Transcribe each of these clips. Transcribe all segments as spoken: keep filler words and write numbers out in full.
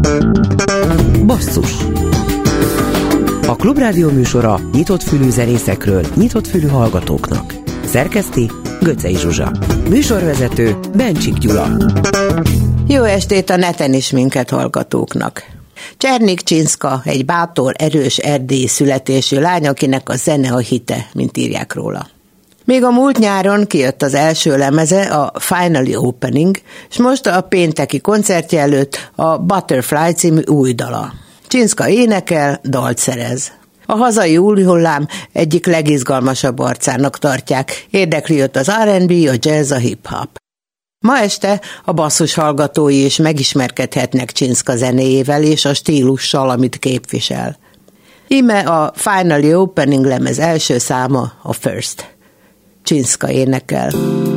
Basszus. A Klubrádió műsora nyitott fülű zenészekről, nyitott fülű hallgatóknak. Szerkeszti Göcsei Zsuzsa. Műsorvezető Bencsik Gyula. Jó estét a neten is minket hallgatóknak. Csernik Csinszka egy bátor, erős erdélyi születésű lány, akinek a zene a hite, mint írják róla. Még a múlt nyáron kijött az első lemeze, a Finally Opening, és most a pénteki koncertje előtt a Butterfly című új dala. Csinszka énekel, dalt szerez. A hazai új hullám egyik legizgalmasabb arcának tartják, érdekli őt az er and bé, a jazz, a hip-hop. Ma este a basszus hallgatói is megismerkedhetnek Csinszka zenéjével és a stílussal, amit képvisel. Íme a Finally Opening lemez első száma, a First. Csinszka énekel.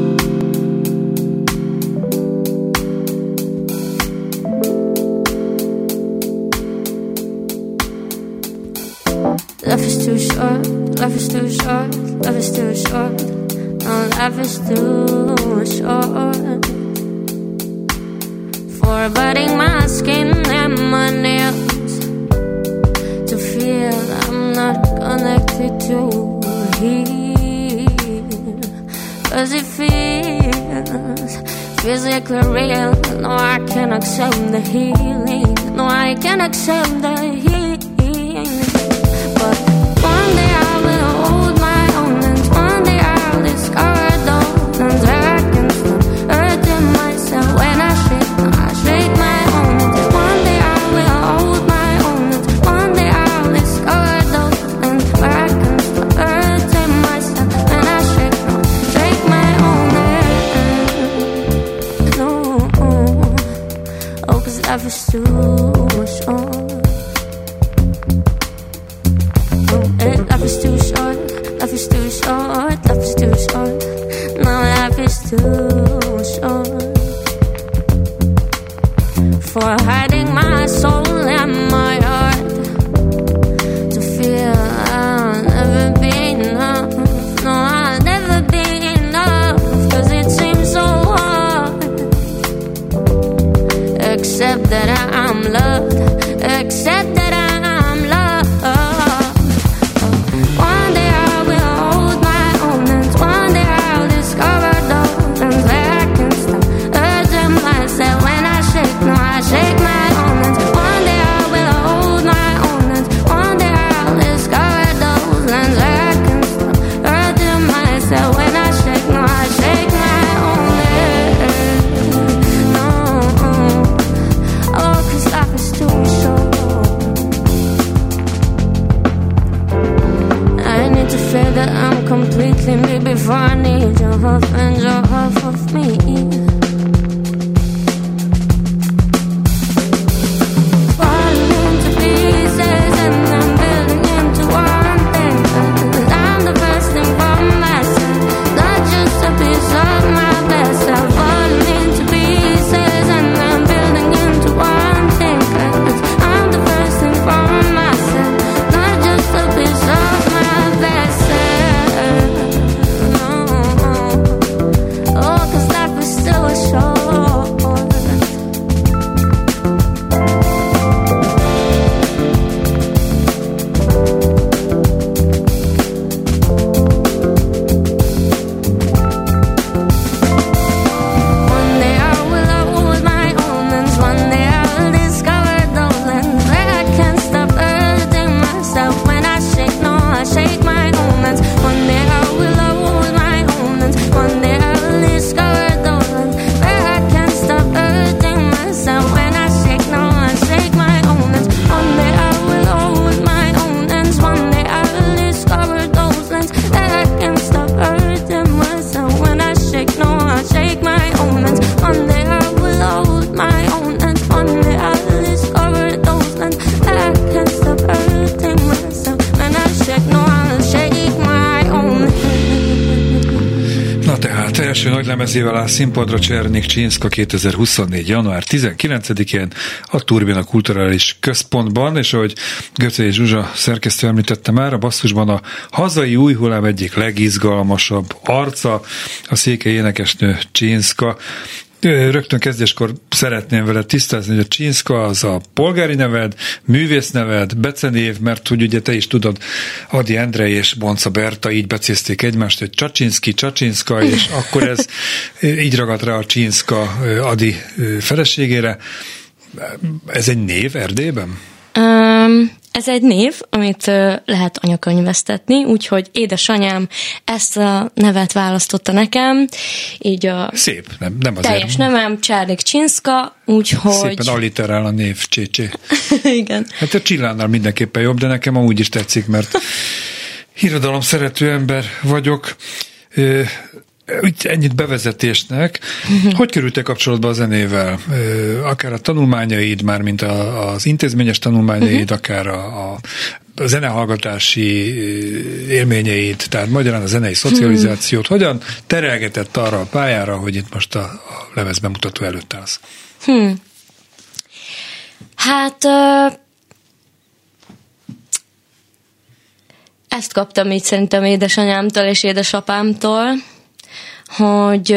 Life is too short, life is too short, life is too short. No, life is too short for biting my skin and my nails, to feel I'm not connected to heal. Cause it feels physically real. No, I can't accept the healing. No, I can't accept the healing. But one day I will hold my own, and one day I'll discover those and I can stop hurting myself when I shake, I shake my own. And one day I will hold my own, and one day I'll discover those and I can stop hurting myself when I shake, shake my own. No, oh, cause life is too short. Life is too short, life is too short, life is too short. No, life is too short for hiding my soul and my heart, to feel I'll never be enough. No, I'll never be enough, cause it seems so hard. Except that I'm loved, except that I'm loved. Shake my own, and one day I will hold my own, and one day I'll discover those lands where I can stop hurting myself when I shake. No, I shake my own head. No, oh, cause life is too short. I need to feel that I'm completely me before I need your half and your half of me. Első nagy lemezével áll színpadra Csernik Csinszka kétezer-huszonnégy. január tizenkilencedikén a Turbina Kulturális Központban, és ahogy Göcsei Zsuzsa szerkesztő említette már, a basszusban a hazai új hullám egyik legizgalmasabb arca, a székely énekesnő Csinszka. rögtön kezdéskor szeretném veled tisztázni, hogy a Csinszka az a polgári neved, művész neved, becenév, mert hogy ugye te is tudod, Ady Endre és Bonca Berta így becézték egymást, hogy Csaczynszki, Csaczynszka, és akkor ez így ragadt rá a Csinszka Ady feleségére. Ez egy név Erdélyben? Um, ez egy név, amit uh, lehet anyakönyvesztetni, úgyhogy édesanyám ezt a nevet választotta nekem, így a szép, nem, nem azért. Teljes nevem Czernik Csinszka, úgyhogy... Szépen alliterál a név, csécsé. Igen. Hát a Csillánál mindenképpen jobb, de nekem amúgy is tetszik, mert irodalom szerető ember vagyok. Úgy ennyit bevezetésnek. Uh-huh. Hogy kerültél kapcsolatba a zenével? Akár a tanulmányaid, már mint a, az intézményes tanulmányaid, uh-huh. akár a, a zenehallgatási élményeid, tehát magyarán a zenei szocializációt. Uh-huh. Hogyan terelgetett arra a pályára, hogy itt most a, a lemezbemutató előtt állsz? Hmm. Hát... Uh... Ezt kaptam így szerintem édesanyámtól és édesapámtól, hogy,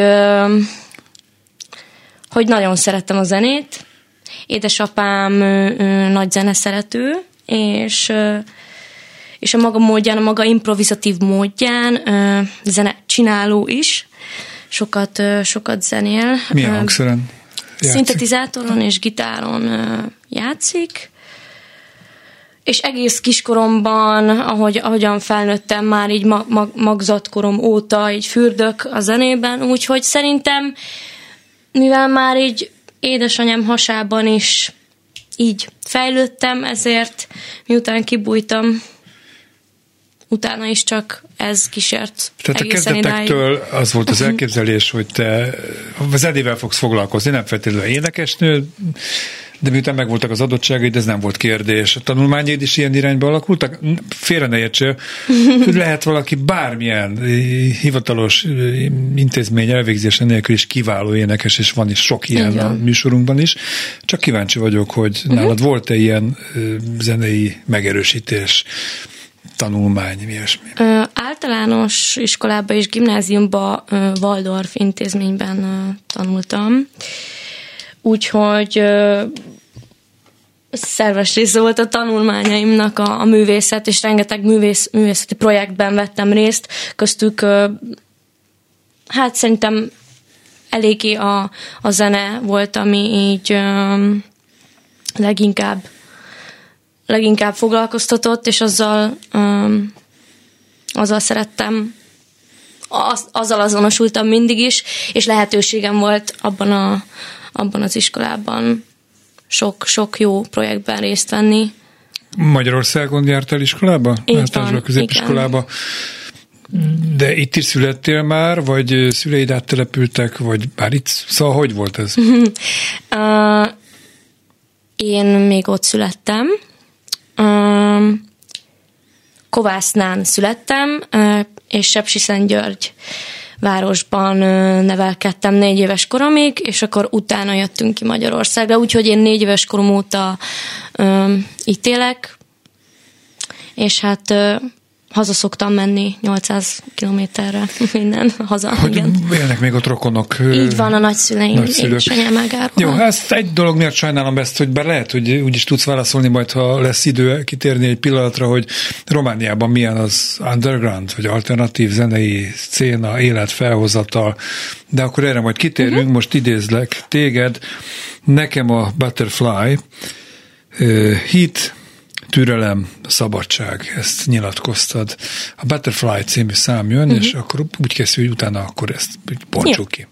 hogy nagyon szerettem a zenét. Édesapám nagy zeneszerető, és, és a maga módján, a maga improvizatív módján zene csináló is. Sokat, sokat zenél. Milyen hangszeren játszik? Szintetizátoron és gitáron játszik. És egész kiskoromban, ahogy, ahogyan felnőttem már így mag, mag, magzatkorom óta, így fürdök a zenében, úgyhogy szerintem, mivel már így édesanyám hasában is így fejlődtem, ezért miután kibújtam, utána is csak ez kísért. Tehát a kezdetektől idáig. Az volt az elképzelés, hogy te a zenével fogsz foglalkozni, nem feltétlenül énekesnő, de miután megvoltak az adottságaid, ez nem volt kérdés. A tanulmányaid is ilyen irányba alakultak? Félre ne értsél, hogy lehet valaki bármilyen hivatalos intézmény elvégzése nélkül is kiváló énekes, és van is sok ilyen igen. a műsorunkban is. Csak kíváncsi vagyok, hogy uh-huh. nálad volt-e ilyen zenei megerősítés, tanulmány, mi ilyesmi? Ö, általános iskolában és gimnáziumban ö, Waldorf intézményben ö, tanultam. Úgyhogy ö, szerves része volt a tanulmányaimnak a, a művészet, és rengeteg művész, művészeti projektben vettem részt, köztük ö, hát szerintem eléggé a, a zene volt, ami így ö, leginkább leginkább foglalkoztatott, és azzal ö, azzal szerettem, az, azzal azonosultam mindig is, és lehetőségem volt abban a abban az iskolában sok, sok jó projektben részt venni. Magyarországon jártál iskolába? Így van, a középiskolába? Igen. De itt is születtél már, vagy szüleid áttelepültek, vagy bár itt, szóval hogy volt ez? uh, én még ott születtem. Uh, Kovásznán születtem, uh, és Sepsiszentgyörgy városban nevelkedtem négy éves koromig, és akkor utána jöttünk ki Magyarországra, úgyhogy én négy éves korom óta um, itt élek, és hát uh, haza szoktam menni nyolcszáz kilométerre minden haza. Hogy igen. élnek még ott rokonok. Így van, a nagyszüleim, édesanyám ágáról. Jó, hát egy dolog miatt sajnálom ezt, hogy bár lehet, hogy úgyis tudsz válaszolni majd, ha lesz idő kitérni egy pillanatra, hogy Romániában milyen az underground, vagy alternatív zenei széna, élet, felhozatal, de akkor erre majd kitérünk, uh-huh. Most idézlek téged, nekem a Butterfly uh, hit, türelem, szabadság, ezt nyilatkoztad. A Butterfly című szám jön, uh-huh. és akkor úgy készül, hogy utána akkor ezt bontsuk ki.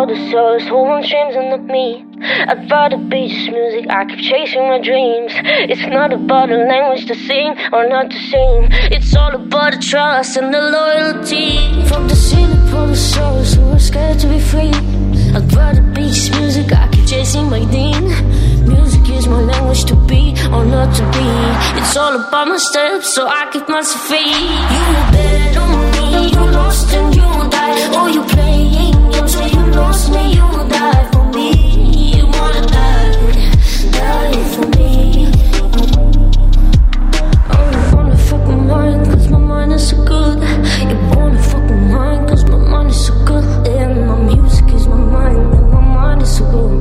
all the souls who want dreams and not me. I'd rather be just music, I keep chasing my dreams. It's not about the language to sing or not to sing. It's all about the trust and the loyalty. From the ceiling for the souls who are scared to be free. I'd rather be just music, I keep chasing my dream. Music is my language to be or not to be. It's all about my steps, so I keep myself free. You bet on me, you lost and you die. Oh, you playing games, so you lost me, you die for me. You wanna die, die for me. Oh, you wanna fuck with mine, cause my mind is so good. You wanna fuck with mine, cause my mind is so good. And my music is my mind, and my mind is so good.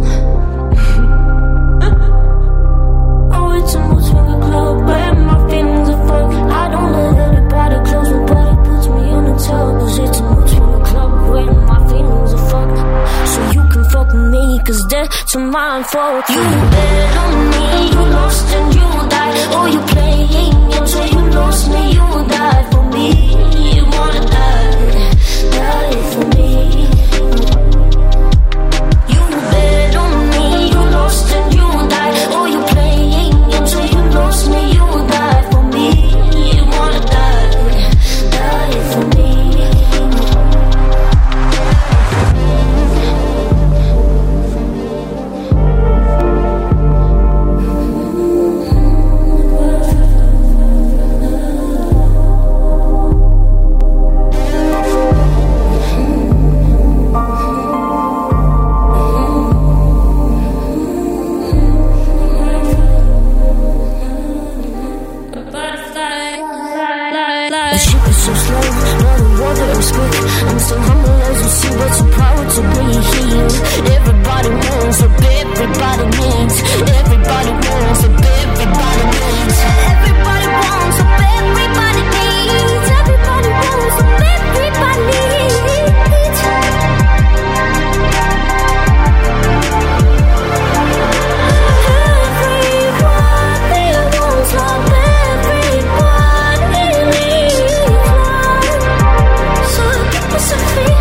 It's a mood swinger club where my feelings are fucked. I don't let everybody close me, but it puts me in a tub. Cause it's a mood swinger club where my feelings are fucked. So you can fuck with me, cause that's a mind fuck. You bet on me, you lost and you die. Oh, you playing games, so you lost me, you die for me. You wanna die, die for me. You bet on me, you lost and you die. Oh, you playing so you lost me, you die for me. You wanna die, die for me. I'm so humble as you see, but so proud to be here. Everybody wants what everybody needs. Everybody wants what everybody needs. Everybody wants what everybody needs. Everybody wants what everybody needs. Everybody wants what everybody needs. So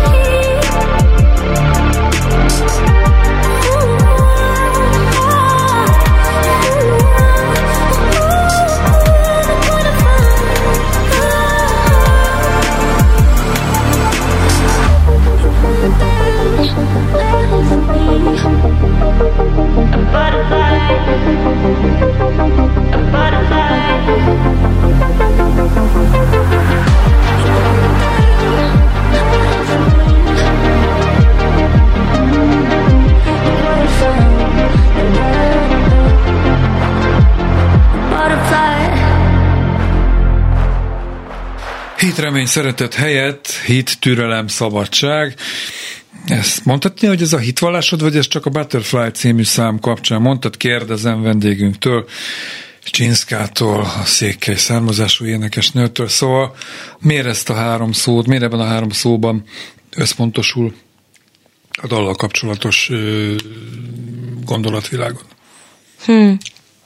Hit, remény, szeretet helyett hit, türelem, szabadság. Ezt mondhatni, hogy ez a hitvallásod, vagy ez csak a Butterfly című szám kapcsán? Mondtad, kérdezem vendégünktől, Csinszkától, a székely származású énekesnőtől. Szóval miért ezt a három szót, miért ebben a három szóban összpontosul a dallal kapcsolatos ö, gondolatvilágon? Hmm.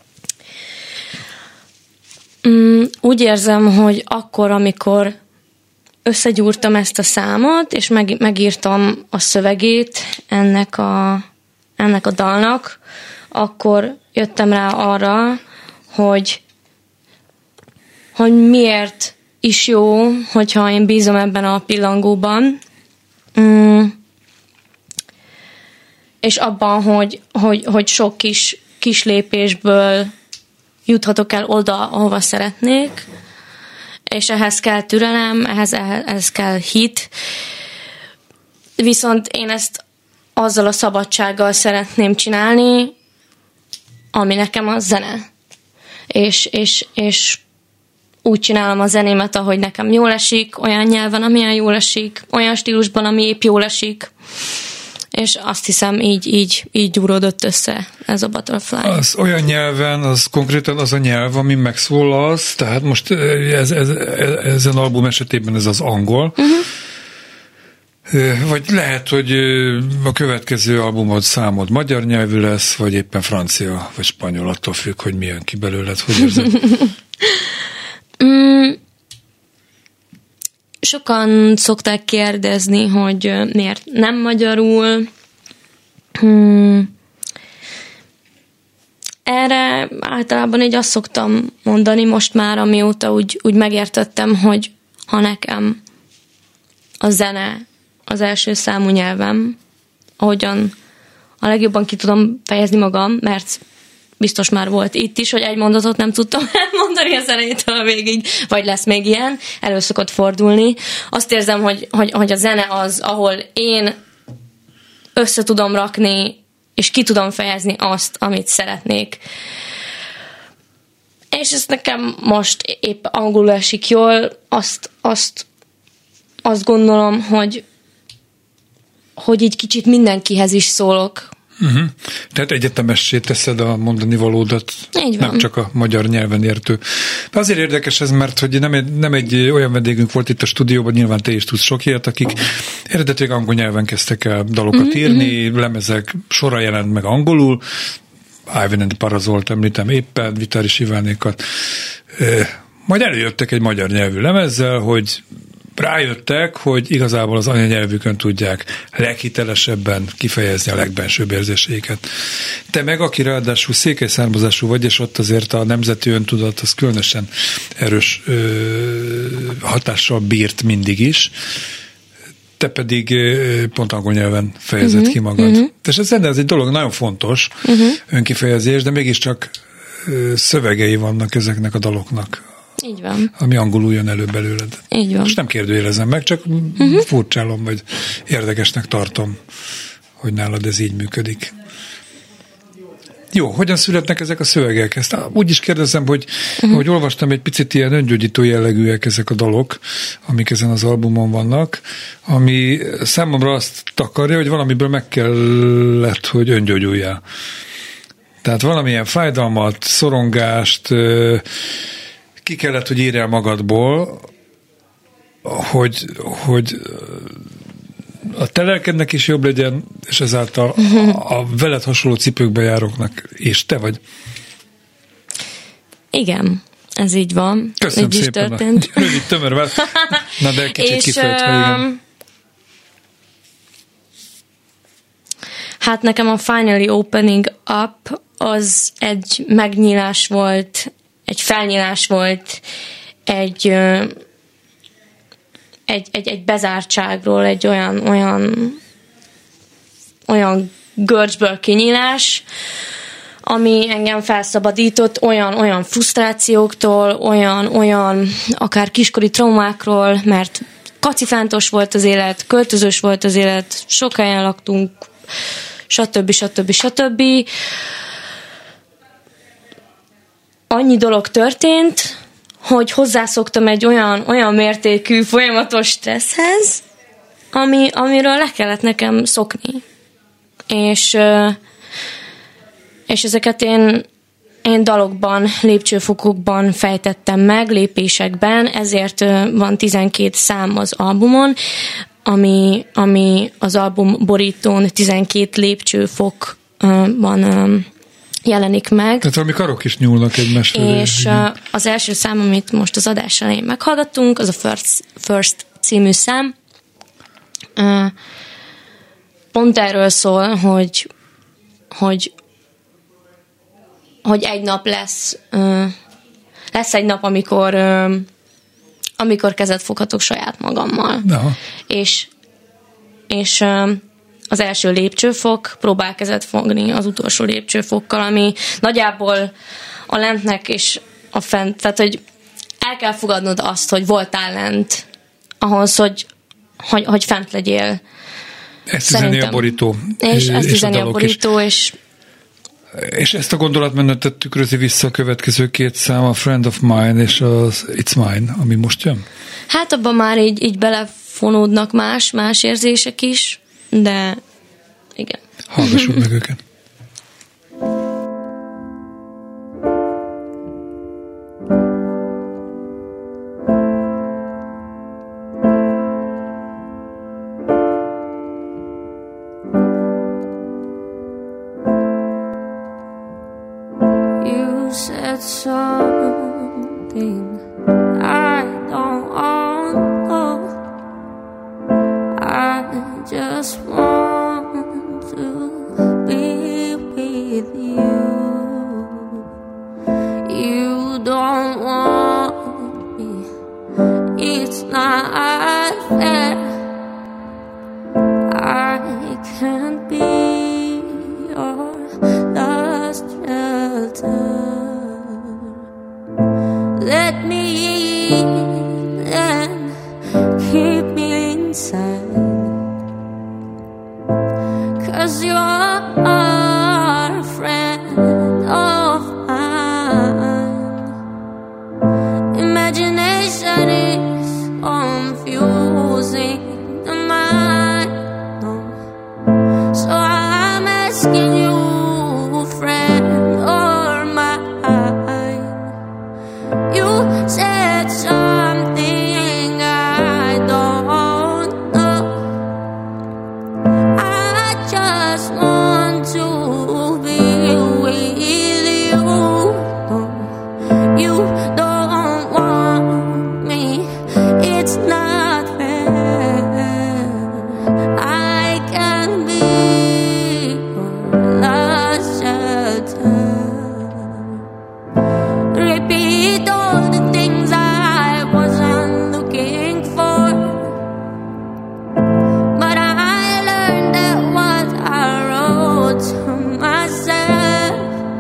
Mm, úgy érzem, hogy akkor, amikor összegyúrtam ezt a számot, és meg, megírtam a szövegét ennek a, ennek a dalnak, akkor jöttem rá arra, hogy, hogy miért is jó, hogyha én bízom ebben a pillangóban, mm, és abban, hogy, hogy, hogy sok kis, kis lépésből juthatok el oda, ahova szeretnék, és ehhez kell türelem, ehhez, ehhez kell hit. Viszont én ezt azzal a szabadsággal szeretném csinálni, ami nekem a zene. És, és, és úgy csinálom a zenémet, ahogy nekem jól esik, olyan nyelven, amilyen jól esik, olyan stílusban, ami épp jól esik. És azt hiszem, így, így, így gyúródott össze ez a Butterfly. Az olyan nyelven, az konkrétan az a nyelv, ami megszólalsz, tehát most ez, ez, ezen album esetében ez az angol, uh-huh. Vagy lehet, hogy a következő albumod számod magyar nyelvű lesz, vagy éppen francia, vagy spanyol, attól függ, hogy mi jön ki belőled. Hogy érzed? mm, sokan szokták kérdezni, hogy miért nem magyarul, Hmm. Erre általában így azt szoktam mondani most már, amióta úgy, úgy megértettem, hogy ha nekem a zene az első számú nyelvem, ahogyan a legjobban ki tudom fejezni magam, mert biztos már volt itt is, hogy egy mondatot nem tudtam elmondani az elejétől a végig, vagy lesz még ilyen, elő szokott fordulni. Azt érzem, hogy, hogy, hogy a zene az, ahol én össze tudom rakni, és ki tudom fejezni azt, amit szeretnék. És ez nekem most épp angolul esik jól, azt, azt, azt gondolom, hogy, hogy így kicsit mindenkihez is szólok. Uh-huh. Tehát egyetemessé teszed a mondani valódat, nem csak a magyar nyelven értő. Azért érdekes ez, mert hogy nem egy, nem egy olyan vendégünk volt itt a stúdióban, nyilván te is tudsz sok ilyet, akik eredetileg angol nyelven kezdtek el dalokat uh-huh, írni, uh-huh. lemezek sora jelent meg angolul, Ivan and the Parazolt említem éppen, Vitáris Ivánékat. Majd előjöttek egy magyar nyelvű lemezzel, hogy rájöttek, hogy igazából az anyanyelvükön tudják leghitelesebben kifejezni a legbensőbb érzéseiket. Te meg, aki ráadásul székely származású vagy, és ott azért a nemzeti öntudat az különösen erős ö, hatással bírt mindig is, te pedig ö, pont angol nyelven fejezed uh-huh, ki magad. Uh-huh. És ez, ez egy dolog nagyon fontos uh-huh. önkifejezés, de mégiscsak ö, szövegei vannak ezeknek a daloknak. Így van. Ami angolul jön elő belőled. Így van. Most nem kérdőjelezem meg, csak uh-huh. furcsálom, vagy érdekesnek tartom, hogy nálad ez így működik. Jó, hogyan születnek ezek a szövegek? Ezt úgy is kérdezem, hogy, uh-huh. hogy olvastam, egy picit ilyen öngyógyító jellegűek ezek a dalok, amik ezen az albumon vannak, ami számomra azt takarja, hogy valamiből meg kellett, hogy öngyógyuljál. Tehát valamilyen fájdalmat, szorongást, ki kellett, hogy írjál magadból, hogy, hogy a te lelkednek is jobb legyen, és ezáltal a, a veled hasonló cipőkbe járóknak, és te vagy. Igen, ez így van. Köszönöm így szépen. Is történt. A rövid tömörvel. Na de kicsit kifejtve, igen. Hát nekem a Finally Opening Up az egy megnyílás volt, egy felnyílás volt, egy, egy, egy, egy bezártságról, egy olyan, olyan, olyan görcsből kinyílás, ami engem felszabadított olyan, olyan frusztrációktól, olyan, olyan akár kiskori traumákról, mert kacifántos volt az élet, költözős volt az élet, sok helyen laktunk, stb. stb. stb. Annyi dolog történt, hogy hozzászoktam egy olyan, olyan mértékű folyamatos stresszhez, ami, amiről le kellett nekem szokni. És, és ezeket én, én dalokban, lépcsőfokokban fejtettem meg, lépésekben, ezért van tizenkét szám az albumon, ami, ami az album borítón tizenkét lépcsőfokban jelenik meg. Tehát valami karok is nyúlnak egymásra. És igen. Az első szám, amit most az adás elején meghallgattunk, az a First, First című szám. Pont erről szól, hogy, hogy, hogy egy nap lesz, lesz egy nap, amikor, amikor kezet foghatok saját magammal. Aha. És, és az első lépcsőfok, próbál kezet fogni az utolsó lépcsőfokkal, ami nagyjából a lentnek és a fent, tehát hogy el kell fogadnod azt, hogy voltál lent, ahhoz, hogy, hogy, hogy fent legyél. Ezt üzeni a borító. És ezt üzeni a, a borító, és és ezt a gondolatmenetet tükrözi vissza a következő két szám, a Friend of Mine és az It's Mine, ami most jön? Hát abban már így, így belefonódnak más, más érzések is, de igen. Hallgassuk meg őket. You said something I don't know. I just want to not fair. I can't be your last shelter. Let me in and keep me inside, 'cause you're a friend of mine. Imagination is confusing the mind, no. So I'm asking you, friend or mine. You said something I don't know. I just want to be with you. You don't want me, it's not fair. I can be your last shelter. Repeat all the things I wasn't looking for, but I learned that what I wrote to myself.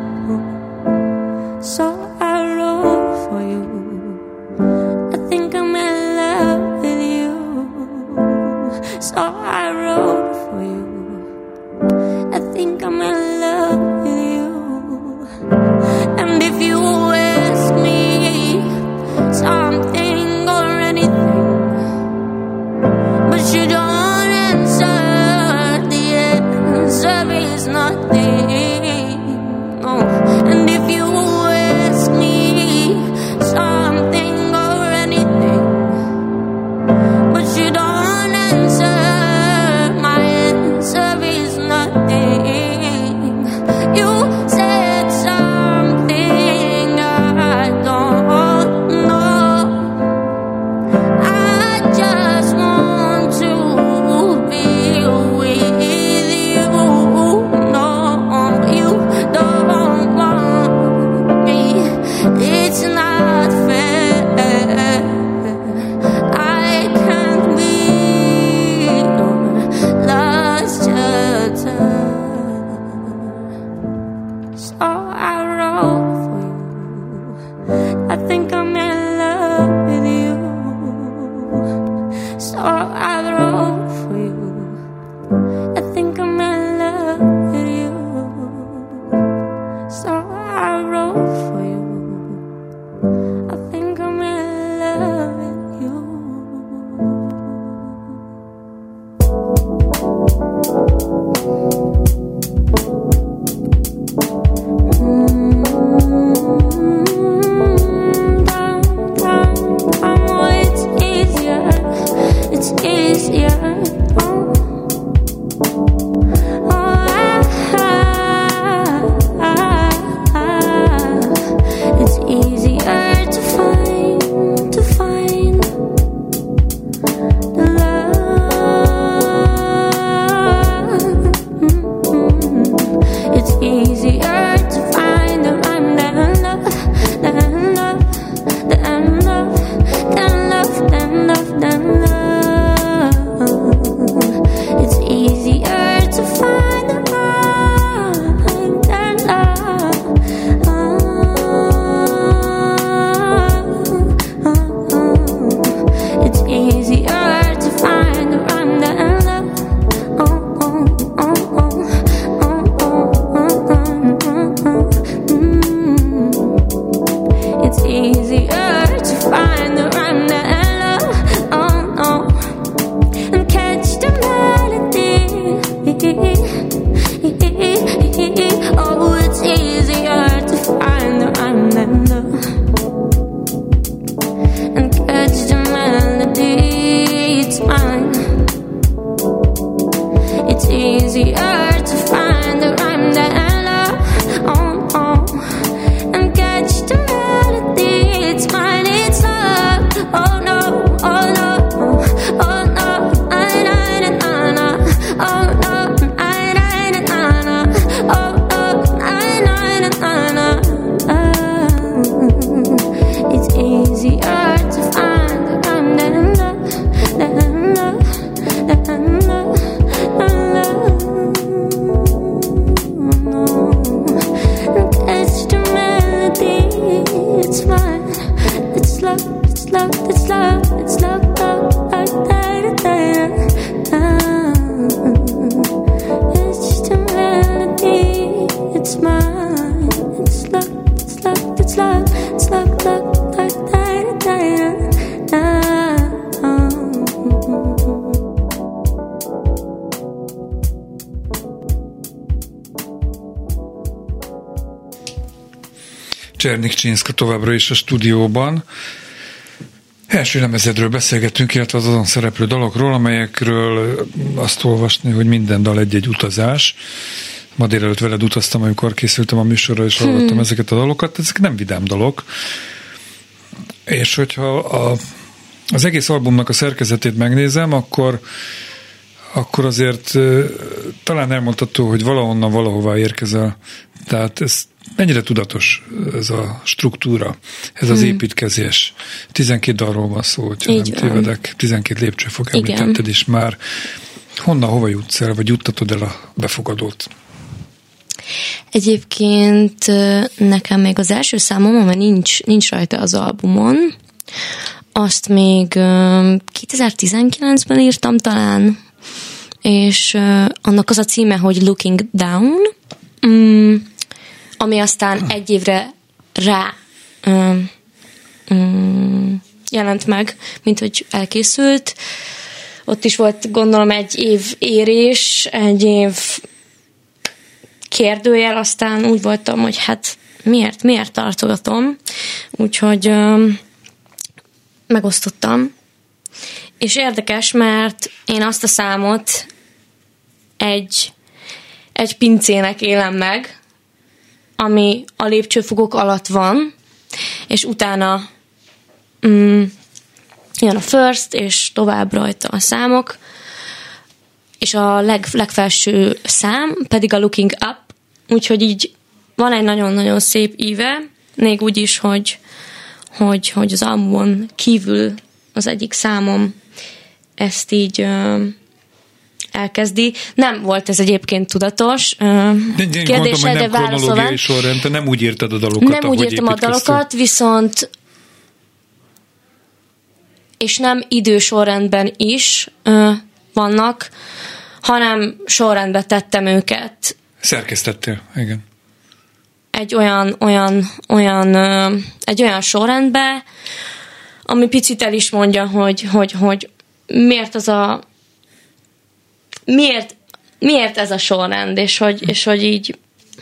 So I wrote for you. I think I'm in love with you. So I wrote for you. I think I'm in love with you. And if you ask me something or anything, but you don't answer, the answer is nothing. No. And if you ask me something or anything, but you don't answer, my answer is nothing. You said something I don't know. I just want to be with you. No, you don't want me, it's not fair. I can't be your last shelter. So I wrote for you. I think I'm in love with you. So I wrote for you. I think I'm in love with you. So I wrote for you. I think I'm in love with you. Mm, down, down, down. Oh, it's easier. It's easier. Oh, oh, ah, ah, ah. It's easier to find, to find the love. Mm-hmm. It's easier to find the rhyme than love, than love, than love, than love, than love, than love. It's easier to find the rhyme than love. It's easier to find the rhyme than love. Oh, oh, oh, oh, oh, oh, oh, oh, oh. Mm. It's easier to find the rhyme than love. Oh no, and catch the melody. Oh, it's easier to find the rhyme than love, and catch the melody. It's mine. It's easier to find the rhyme than love. Oh, oh, and catch the melody. It's mine. It's love. Oh no, oh no, oh no, I, I, I, I, oh no, I, I, I, I, oh no, I, I, I, I. It's easier to find the rhyme than love. Csernik Csinszka továbbra is a stúdióban. Első lemezedről beszélgetünk, illetve az azon szereplő dalokról, amelyekről azt olvasni, hogy minden dal egy-egy utazás. Ma délelőtt veled utaztam, amikor készültem a műsorra, és hallottam hmm. ezeket a dalokat. Ezek nem vidám dalok. És hogyha a, az egész albumnak a szerkezetét megnézem, akkor, akkor azért talán elmondható, hogy valahonnan valahová érkezel. Tehát ez mennyire tudatos ez a struktúra, ez hmm. az építkezés. tizenkét dalról van szó, hogyha Így nem van. tévedek. tizenkét lépcsőfok említetted is már. Honnan, hova jutsz el, vagy juttatod el a befogadót? Egyébként nekem még az első számom, amely nincs, nincs rajta az albumon, azt még kétezer-tizenkilencben írtam talán, és annak az a címe, hogy Looking Down, ami aztán egy évre rá jelent meg, mint hogy elkészült. Ott is volt, gondolom, egy év érés, egy év kérdőjel, aztán úgy voltam, hogy hát miért, miért tartogatom. Úgyhogy ö, megosztottam. És érdekes, mert én azt a számot egy, egy pincének élem meg, ami a lépcsőfokok alatt van, és utána mm, jön a first, és tovább rajta a számok, és a leg, legfelső szám pedig a Looking Up, úgyhogy így van egy nagyon-nagyon szép íve, még úgy is, hogy, hogy, hogy az albumon kívül az egyik számom ezt így ö, elkezdi. Nem volt ez egyébként tudatos ö, kérdésre, de válaszolva. Nem kronológiai sorrend, te nem úgy írtad a dalokat, Nem úgy írtam a dalokat, viszont és nem idősorrendben is ö, vannak, hanem sorrendbe tettem őket. Szerkesztettél, igen. Egy olyan, olyan, olyan, ö, egy olyan sorrendbe, ami picit el is mondja, hogy, hogy, hogy miért az a miért, miért ez a sorrend, és hogy, és hogy így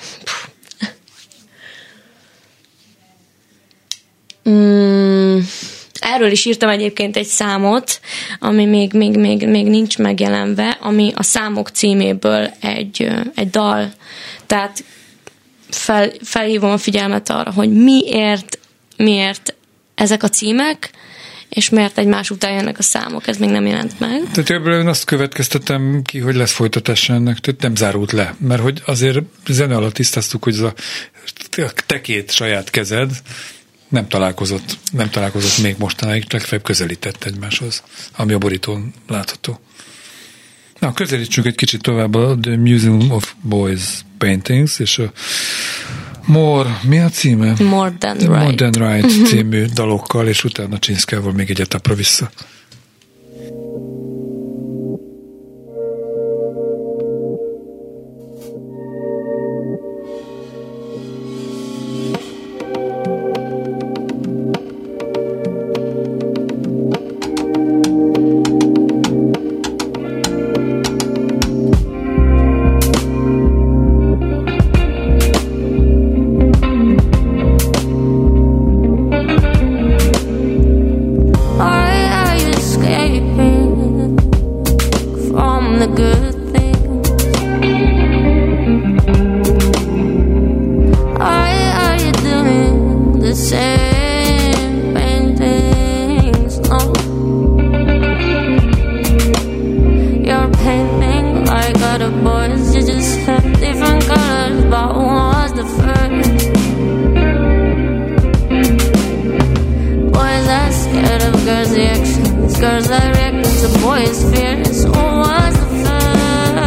mm, erről is írtam egyébként egy számot, ami még, még, még, még nincs megjelenve, ami a számok címéből egy, egy dal. Tehát fel, felhívom a figyelmet arra, hogy miért, miért ezek a címek, és miért egymás után jönnek a számok, ez még nem jelent meg. Tehát ebből én azt következtetem ki, hogy lesz folytatása ennek, tehát nem zárult le, mert hogy azért zene alatt tisztáztuk, hogy ez a te két saját kezed nem találkozott, nem találkozott még mostanáig, legfeljebb közelített egymáshoz, ami a borítón látható. Na, közelítsünk egy kicsit tovább a The Museum of Boys Paintings, és a More, mi a címe? More Than Right. More Than Right című dalokkal, és utána Csinszkával még egy etapra vissza. Girls I reckon the boys fears. Who was the first?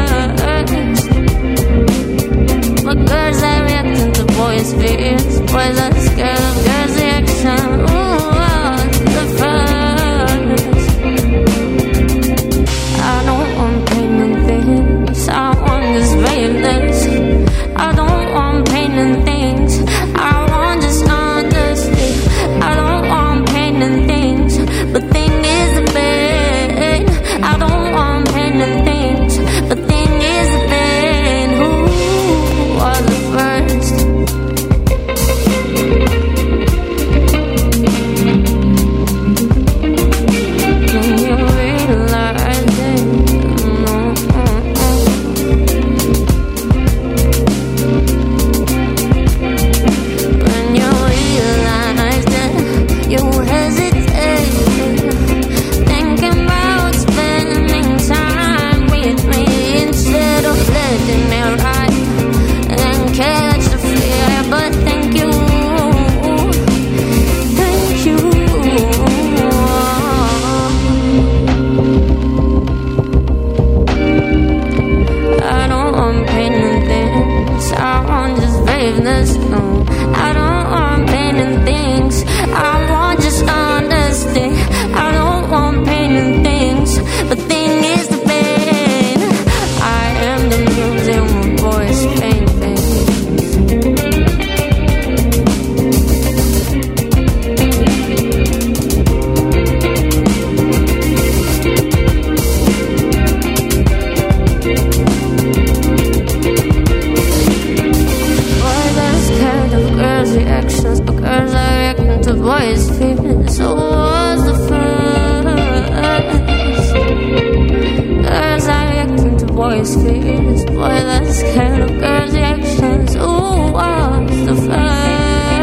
boys' fears. Boy, that's scared of girls' reactions. Ooh, what's the fun?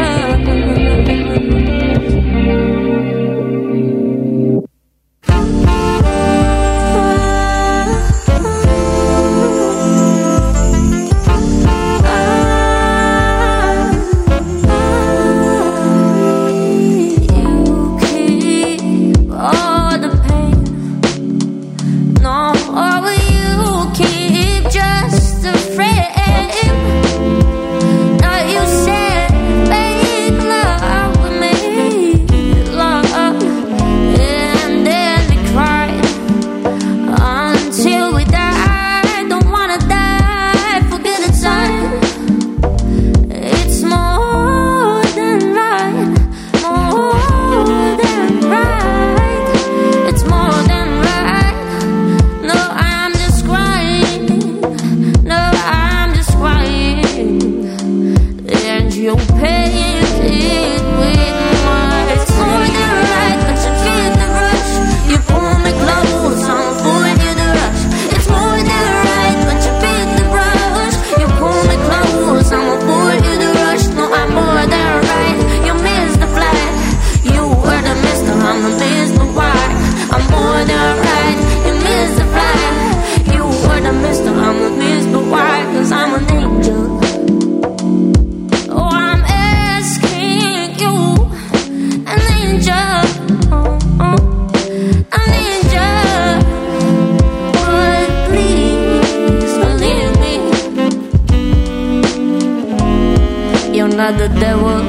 Not the devil.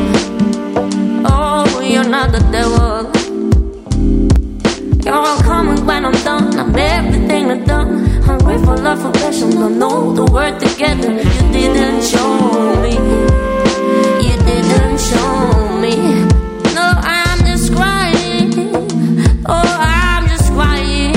Oh, you're not the devil. You're all coming when I'm done. I'm everything I've done. Hungry for love, for passion, don't know the word together. You didn't show me. You didn't show me. No, I'm just crying. Oh, I'm just crying.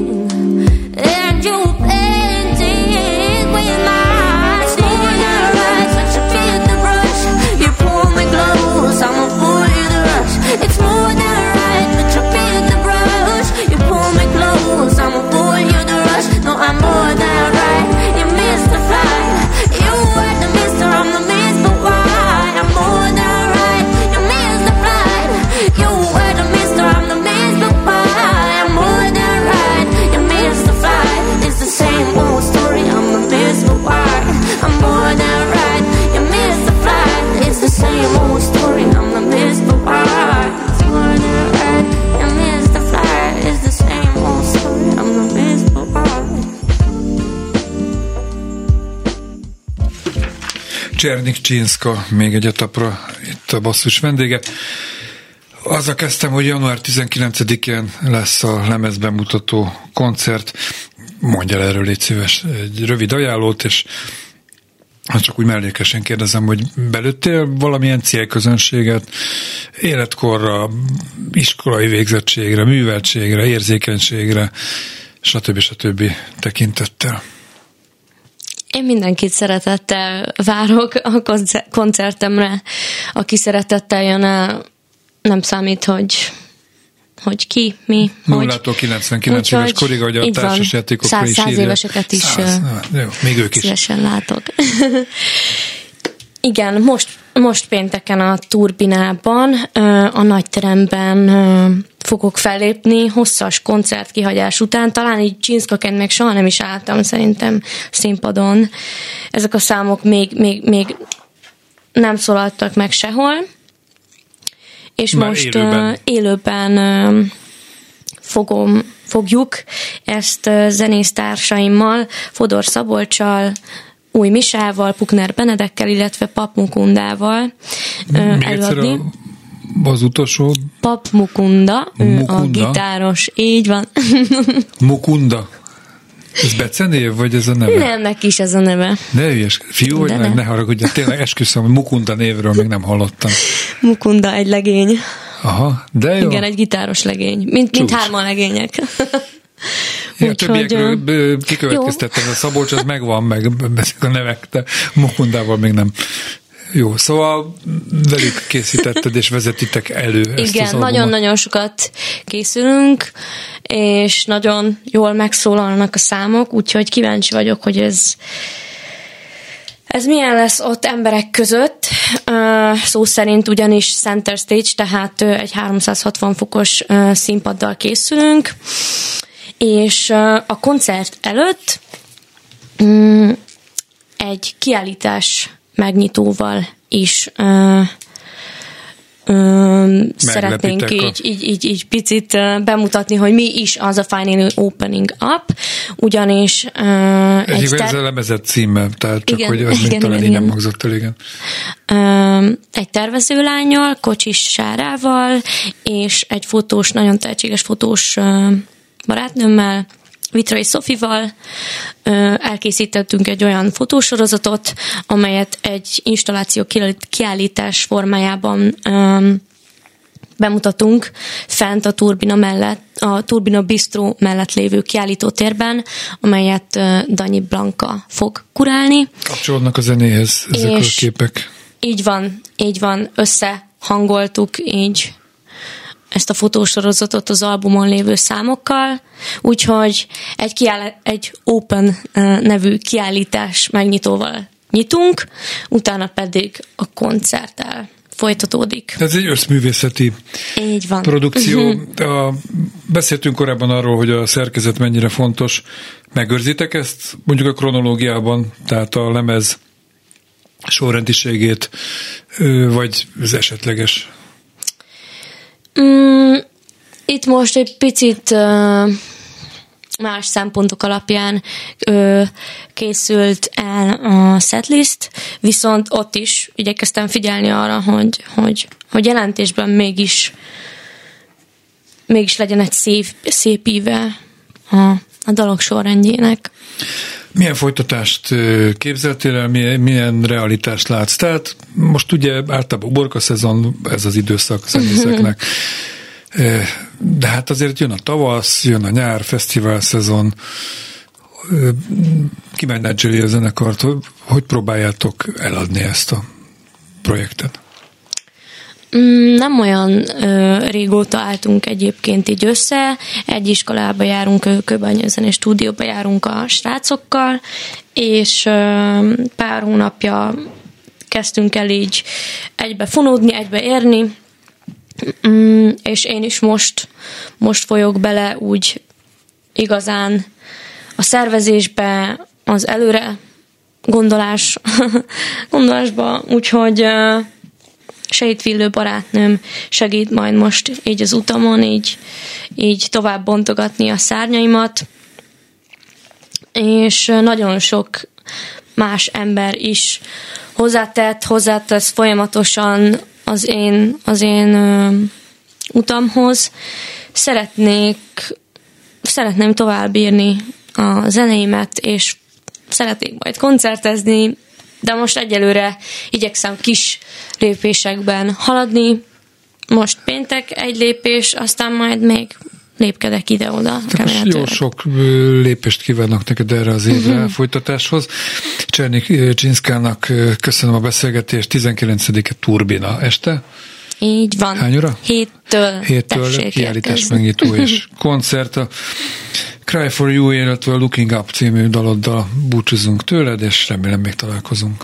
And you painted with my eyes. Such a feel the rush. You pull me close, I'ma pull you the rush. It's more than right, but you feel the brush. You pull me close, I'ma pull you the rush. No, I'm more than right. You missed the flight. You were the mister, I'm the miss, but why? I'm more than right. You missed the flight. You were the mister, I'm the miss, but why? I'm more than right. You missed the flight. It's the same old story, I'm the miss, but why? I'm more than right. You missed the flight. It's the same old story, I'm the miss, but why? It's more than right. You missed the flight. It's the same old story, I'm the miss, but why? Csernik Csinszka, még egy etapra itt a basszus vendége. Azzal kezdtem, hogy január tizenkilencedikén lesz a lemezbemutató koncert. Mondj el erről, légy szíves, egy rövid ajánlót, és csak úgy mellékesen kérdezem, hogy belőttél valamilyen célközönséget életkorra, iskolai végzettségre, műveltségre, érzékenységre, stb. stb. Tekintettel? Én mindenkit szeretettel várok a koncertemre. Aki szeretettel jön el, nem számít, hogy, hogy ki, mi, nullától kilencvenkilenc éves korig, hogy a társasjátékokra is írja. Száz éveseket is száz, jó, még ők is. Szívesen látok. Igen, most, most pénteken a Turbinában, a nagyteremben fogok fellépni, hosszas koncert kihagyás után, talán így Csinszkaként még soha nem is álltam szerintem színpadon. Ezek a számok még, még, még nem szólaltak meg sehol, és már most élőben, élőben fogom, fogjuk ezt zenésztársaimmal, Fodor Szabolccsal, Új Misával, Pukner Benedekkel, illetve Pap Mukundával még előadni. Az utolsó? Pap Mukunda, Mukunda, a gitáros, így van. Mukunda. Ez becenév, vagy ez a neve? Nem, neki is ez a neve. Ne hülyes, fiú, vagy ne, ne haragudj, tényleg esküszöm, hogy Mukunda névről még nem hallottam. Mukunda egy legény. Aha, de jó. Igen, egy gitáros legény. Mint, mint hárman legények. Ja, többiekről kikövetkeztettem, a Szabolcs az megvan, meg ezek a nevek, de Mukundával még nem Jó, szóval velük készítetted és vezetitek elő ezt Igen, az albumot. nagyon-nagyon sokat készülünk, és nagyon jól megszólalnak a számok, úgyhogy kíváncsi vagyok, hogy ez ez milyen lesz ott emberek között. Szó szerint ugyanis center stage, tehát egy háromszázhatvan fokos színpaddal készülünk, és a koncert előtt egy kiállítás megnyitóval is uh, uh, szeretnénk így, a... így, így, így picit uh, bemutatni, hogy mi is az a Finally Opening Up, ugyanis uh, egy ter... ez a lemezett címmel, tehát csak, igen, hogy az még talán így nem hangzott el, igen. Uh, egy tervezőlánnyal, Kocsis Sárával, és egy fotós, nagyon tehetséges fotós uh, barátnőmmel, Vitrai Szofival elkészítettünk egy olyan fotósorozatot, amelyet egy installáció kiállítás formájában bemutatunk fent a Turbina mellett, a Turbina Bistro mellett lévő kiállítótérben, amelyet Danyi Blanka fog kurálni. Kapcsolódnak a zenéhez ezek a képek. Így van, így van, összehangoltuk így ezt a fotósorozatot az albumon lévő számokkal, úgyhogy egy, kiáll- egy Open nevű kiállítás megnyitóval nyitunk, utána pedig a koncerttel folytatódik. Ez egy összművészeti Így van. produkció. A, beszéltünk korábban arról, hogy a szerkezet mennyire fontos. Megőrzitek ezt mondjuk a kronológiában, tehát a lemez sorrendiségét, vagy az esetleges? Mm, itt most egy picit uh, más szempontok alapján uh, készült el a setlist, viszont ott is igyekeztem figyelni arra, hogy, hogy, hogy jelentésben mégis mégis legyen egy szép, szép íve a, a dalok sorrendjének. Milyen folytatást képzeltél el, milyen, milyen realitást látsz? Tehát most ugye általában uborka szezon, ez az időszak zenészeknek, de hát azért jön a tavasz, jön a nyár, fesztivál szezon, ki menedzseli a zenekart, hogy, hogy próbáljátok eladni ezt a projektet? Nem olyan ö, régóta álltunk egyébként így össze, egy iskolába járunk, Kőbányai stúdióba járunk a srácokkal, és ö, pár hónapja kezdtünk el így egybe fonódni, egybe érni, mm, és én is most, most folyok bele úgy igazán a szervezésbe, az előre gondolás, gondolásba, úgyhogy ö, sejtvillő barátnőm segít majd most így az utamon, így, így tovább bontogatni a szárnyaimat, és nagyon sok más ember is hozzátett, hozzátesz folyamatosan az én, az én ö, utamhoz. Szeretnék, szeretném tovább írni a zeneimet, és szeretnék majd koncertezni, de most egyelőre igyekszem kis lépésekben haladni. Most péntek egy lépés, aztán majd még lépkedek ide-oda. Jó sok lépést kívánok neked erre az évre uh-huh. folytatáshoz. Csernik Csinszkának köszönöm a beszélgetést. tizenkilencedike Turbina este. Így van. Hány óra? Héttől. Héttől kiállítás megnyitó és koncert. A Cry for You, illetve a Looking Up című daloddal búcsúzunk tőled, és remélem még találkozunk.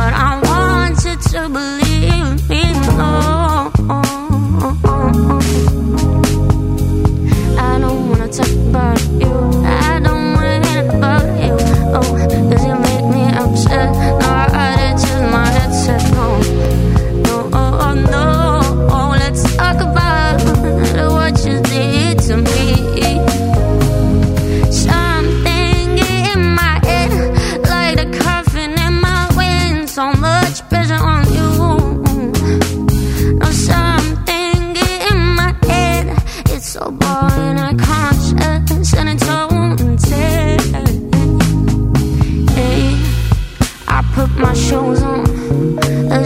To believe me, no.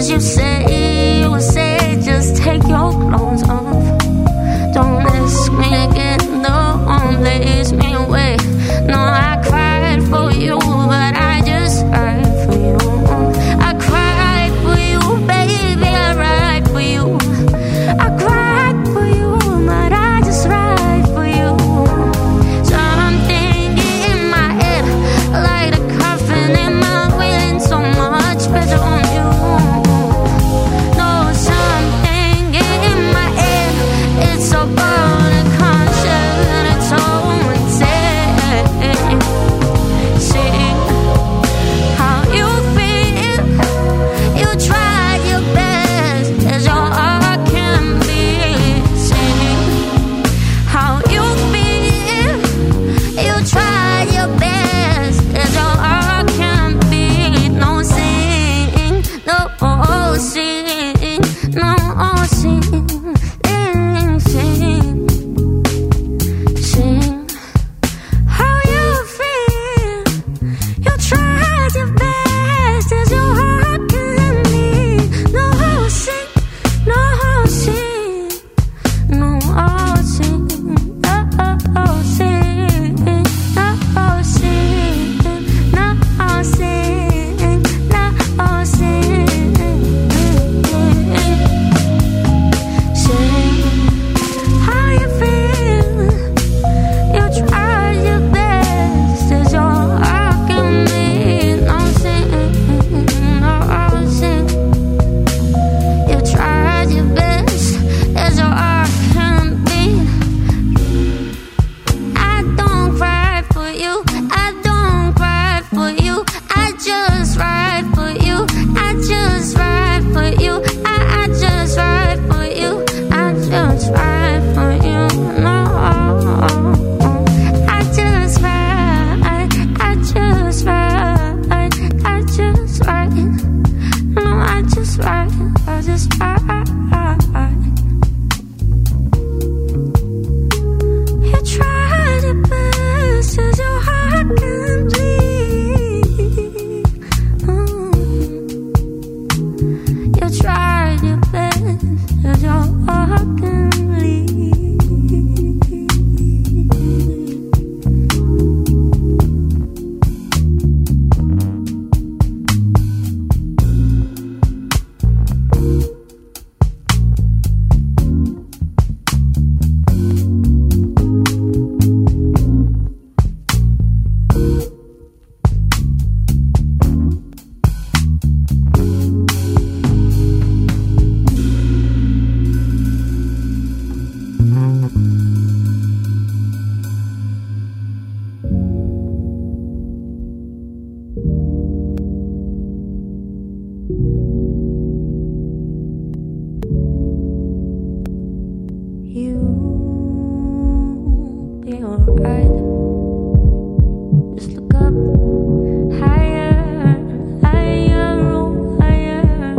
'cause you say, you say, just take your clothes off. Don't ask me again, don't blaze me away. No, I cried for you, but I just cried for you. I cried for you, baby, I cried for you. I cried for you, but I just cried for you. Something in my head, like a coffin in my wind, so much pressure on you. No, something in my head, it's so bold and conscious, and it's so insane. See how you feel, you tried your best as your heart can be. See how you feel, you tried your best as your heart can be. No sing, no sing, no sing, sing, sing. How you feel, you tried your best as your heart can be. No sing, no sing, no sing, no sing, no sing, no sing, no sing. Sing how you feel, you tried your best as your heart can be. No sing, no sing. You tried your best as your heart can be. I don't cry for you, I don't cry for you. I just ride for you, I just ride for you. I, I just ride for you, I just ride for you. No, I just ride, I just ride, I just ride. No, I just ride, I just ride. You tried your best as your heart can bleed. You tried your best as your heart can bleed. You'll be alright. Just look up higher, higher, oh, higher.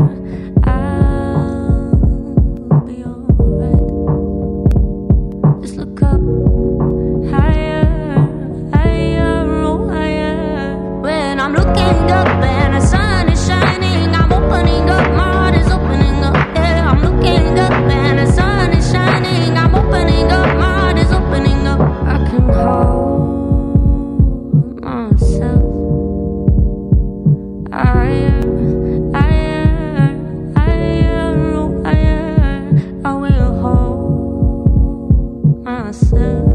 I'll be alright. Just look up higher, higher, oh, higher. When I'm looking up and the sun is shining, I'm opening up, my heart is opening up. Yeah, I'm looking up and the sun is shining, I'm opening up, my heart is opening up. I can hold myself higher, higher, higher, oh, higher. I will hold myself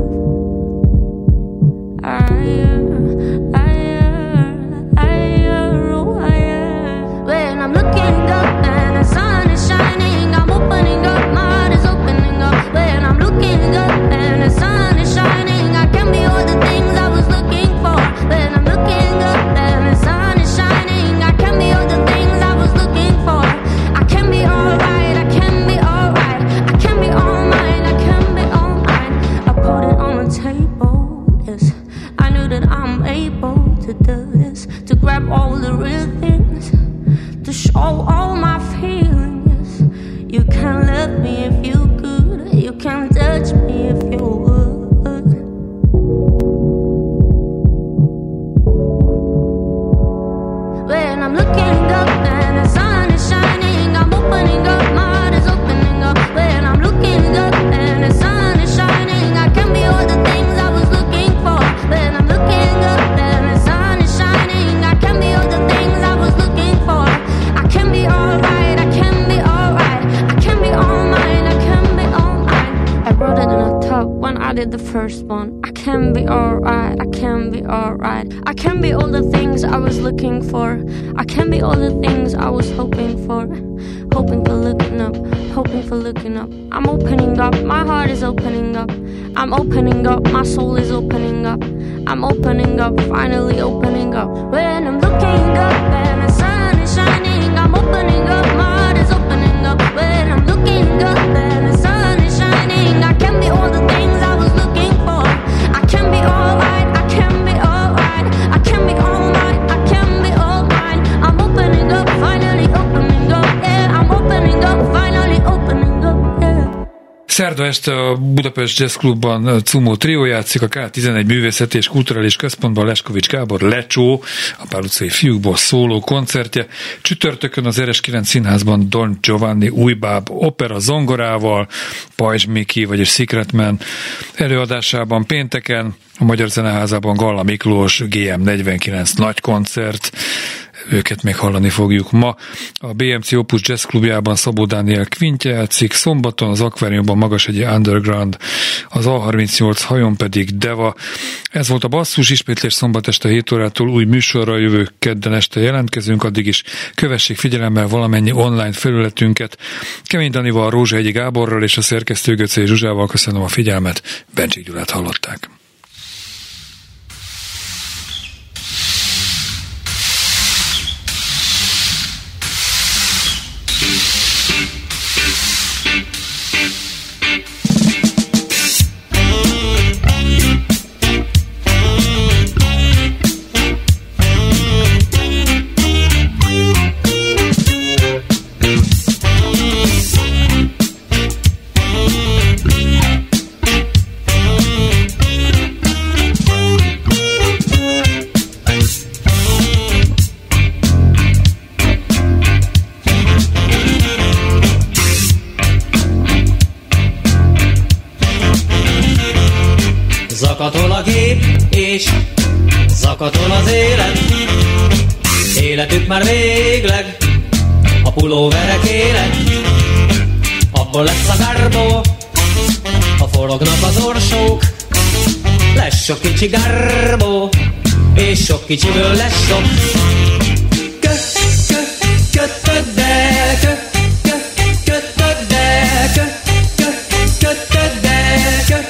higher, higher, higher, oh, higher. When I'm looking up and the sun is shining, I'm opening up, my heart is opening up. When I'm looking up and the sun is shining, I can be all the things I was looking for. When I'm looking up and the sun is shining, I can be all the things I was looking for. I can be alright, I can be alright, I can be all mine, I can be all mine. I put it on the table, yes. I knew that I'm able to do this, to grab all the real things, to show all my feelings. You can love me if you could, you can touch me if you would. When I'm looking up and the sun is shining, first one. I can be alright, I can be alright. I can be all the things I was looking for. I can be all the things I was hoping for. Hoping for looking up, hoping for looking up. I'm opening up, my heart is opening up. I'm opening up, my soul is opening up. I'm opening up, finally opening up. When I'm looking up and the sun is shining, I'm opening up, my heart is opening up. When I'm looking up and the sun is shining, I can be all the things I was looking for. I can be alright, I can be alright. I can be all night, I can be all mine. I'm opening up, finally opening up, yeah. I'm opening up, finally opening up, yeah. Szerda este a Budapest Jazz Clubban Cumó Trió játszik, a ká tizenegy Művészeti és Kulturális Központban Leskovics Gábor Lecsó, a Pál utcai fiúkból szóló koncertje. Csütörtökön az er es kilenc Színházban Don Giovanni újbáb opera zongorával, Pajzs Miki, vagyis Secret Man előadásában, pénteken a Magyar Zeneházában Galla Miklós gé em negyvenkilenc nagy koncert, őket még hallani fogjuk ma. A bé em cé Opus Jazz Klubjában Szabó Dániel Kvintje játszik, szombaton az Akváriumban Magasegyi Underground, az á harmincnyolc hajón pedig Deva. Ez volt a Basszus, ismétlés szombat este hét órától új műsorral jövő kedden este jelentkezünk, addig is kövessék figyelemmel valamennyi online felületünket. Kemény Danival, Rózsahegyi Gáborral és a szerkesztő Göcei Zsuzsával köszönöm a figyelmet, Bencsik Gyulát hallották. Zakatol a gép, és zakatol az élet. Életük már végleg a pulóverek élet. Abból lesz a garbó, ha forognak az orsók. Lesz sok kicsi garbó, és sok kicsiből lesz sok. Kö, kö, kötöd el, kö, kö, kötöd el, kö, kö, kötöd el, kö.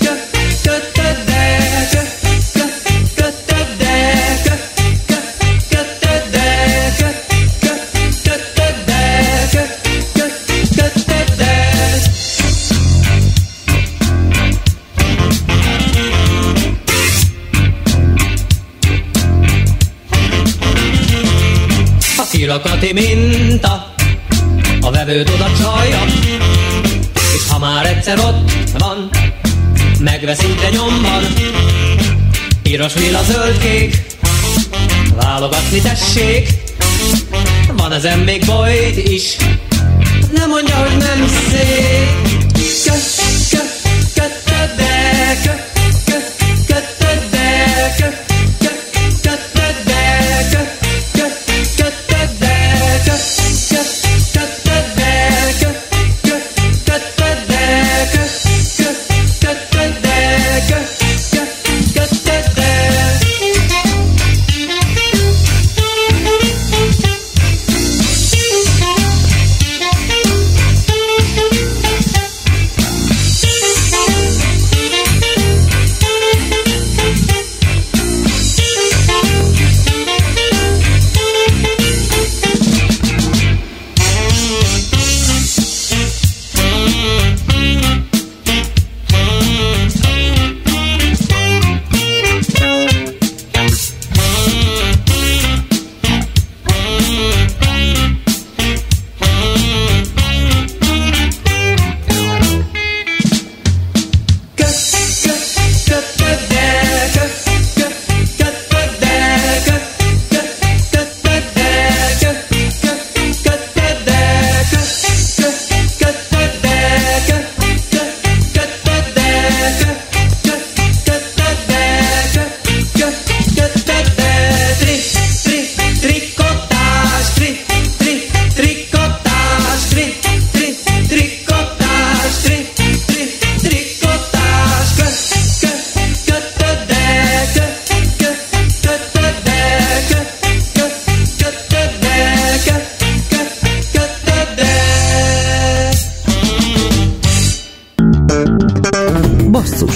Kirakati minta, a vevőd oda csalja, és ha már egyszer ott van, megveszi de nyomban. Piros, lila, zöld, kék, válogatni tessék. Van ezen még bajt is, nem mondja, hogy nem szép. Kö, kö, kötöd el, kö, kö, kötöd el, kö, kö, kötöd el, kö. Basszus.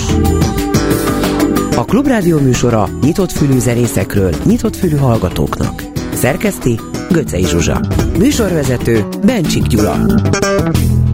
A Klubrádió műsora nyitott fülű zenészekről, nyitott fülű hallgatóknak. Szerkeszti Göcsei Zsuzsa. Műsorvezető Bencsik Gyula.